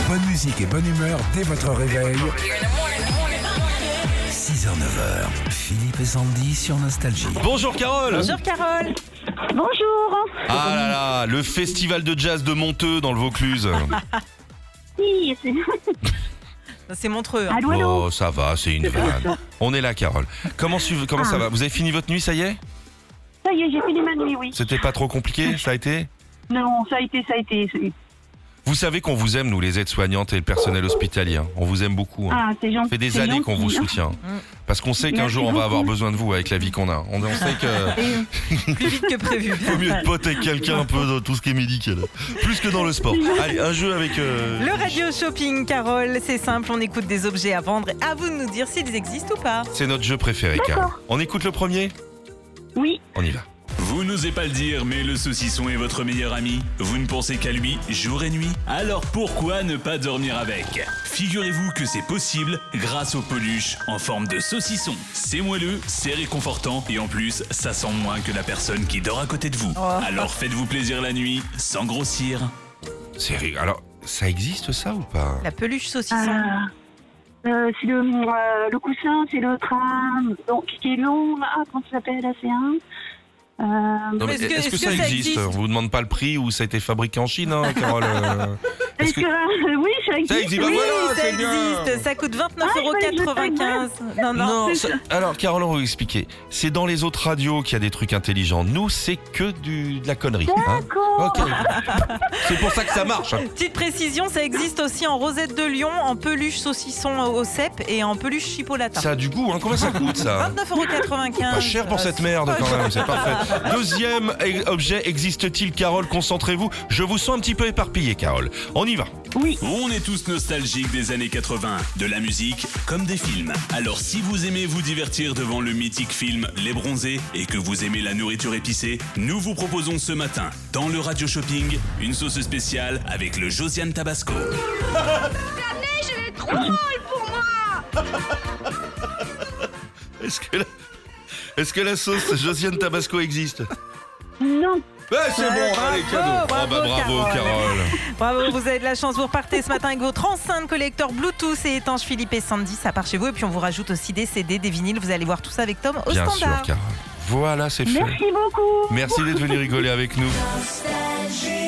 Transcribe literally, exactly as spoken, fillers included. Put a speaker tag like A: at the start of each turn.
A: Bonne musique et bonne humeur dès votre réveil. six heures neuf heures, Philippe et Sandy sur Nostalgie.
B: Bonjour Carole.
C: Bonjour Carole.
D: Bonjour.
B: Ah là là, le festival de jazz de Monteux dans le Vaucluse.
D: Oui, c'est...
C: C'est Montreux. Hein.
D: Allô, allô.
B: Oh, ça va, c'est une vanne. On est là Carole. Comment, su- comment ça va? Vous avez fini votre nuit, ça y est?
D: Ça y est, j'ai fini ma nuit, oui.
B: C'était pas trop compliqué, ça a été?
D: Non, ça a été, ça a été. c'est-
B: Vous savez qu'on vous aime, nous les aides-soignantes et le personnel hospitalier. hein. On vous aime beaucoup. hein.
D: Ah, c'est gentil.
B: Ça fait des
D: c'est
B: années qu'on
D: gentil,
B: vous
D: hein.
B: soutient. Parce qu'on sait qu'un
D: Merci
B: jour on va avoir
D: beaucoup.
B: besoin de vous avec la vie qu'on a. On, on sait que
C: Plus vite que prévu.
B: vaut mieux être pote avec quelqu'un un peu dans tout ce qui est médical. Plus que dans le sport. Allez, un jeu avec... euh,
C: Le radio shopping, Carole, c'est simple, on écoute des objets à vendre. À vous de nous dire s'ils existent ou pas.
B: C'est notre jeu préféré, Carole. On écoute le premier?
D: Oui.
B: On y va.
E: Vous n'osez pas le dire, mais le saucisson est votre meilleur ami. Vous ne pensez qu'à lui, jour et nuit. Alors pourquoi ne pas dormir avec? Figurez-vous que c'est possible grâce aux peluches en forme de saucisson. C'est moelleux, c'est réconfortant et en plus, ça sent moins que la personne qui dort à côté de vous.
C: Oh.
E: Alors faites-vous plaisir la nuit sans grossir.
B: Sérieux. Alors, ça existe ça ou pas?
C: La peluche saucisson.
D: Ah, euh, c'est le, euh, le coussin, c'est le train, donc, qui est long, là, comment ça s'appelle, là, c'est un... Euh,
B: Non, mais
C: Est-ce que-
B: est-ce que,
C: est-ce
B: ça
C: que ça
B: existe,
C: existe
B: On vous demande pas le prix où ça a été fabriqué en Chine, hein, Carole euh, est-ce
D: est-ce
B: que-
D: que, euh, oui, ça existe.
B: Ça existe, bah
C: Oui,
B: voilà,
C: ça
B: c'est bien.
C: existe. Ça coûte vingt-neuf
D: Ah,
C: euros quatre-vingt-quinze. Non, non.
B: Non, ça- alors Carole, on va vous expliquer. C'est dans les autres radios qu'il y a des trucs intelligents. Nous, c'est que du, de la connerie. hein.
D: D'accord.
B: Ok. C'est pour ça que ça marche. hein.
C: Petite précision, ça existe aussi en rosette de lion, en peluche saucisson au cèpe et en peluche chipolata.
B: Ça a du goût, hein. Combien ça coûte ça?
C: vingt-neuf euros quatre-vingt-quinze.
B: Pas cher pour cette merde quand même, c'est parfait. Deuxième objet, existe-t-il, Carole? Concentrez-vous. Je vous sens un petit peu éparpillé, Carole. On y va.
D: Oui.
E: On est tous nostalgiques des années quatre-vingts, de la musique comme des films. Alors si vous aimez vous divertir devant le mythique film Les Bronzés et que vous aimez la nourriture épicée, nous vous proposons ce matin, dans le Radio Shopping, une sauce spéciale avec le Josiane Tabasco.
B: Est-ce que la, est-ce que la sauce Josiane Tabasco existe?
D: Non.
B: Ouais, c'est
C: Ouais,
B: bon,
C: bravo,
B: allez, cadeau.
C: bravo,
B: Oh, bah, bravo,
C: Carole.
B: Carole.
C: Bravo, vous avez de la chance. Vous repartez ce matin avec votre enceinte collector Bluetooth et étanche Philippe et Sandy. Ça part chez vous. Et puis on vous rajoute aussi des C D, des vinyles. Vous allez voir tout ça avec Tom au
B: Bien
C: standard.
B: sûr, Carole. Voilà, c'est fait.
D: Merci beaucoup.
B: Merci d'être venu rigoler avec nous.
F: Nostalgie.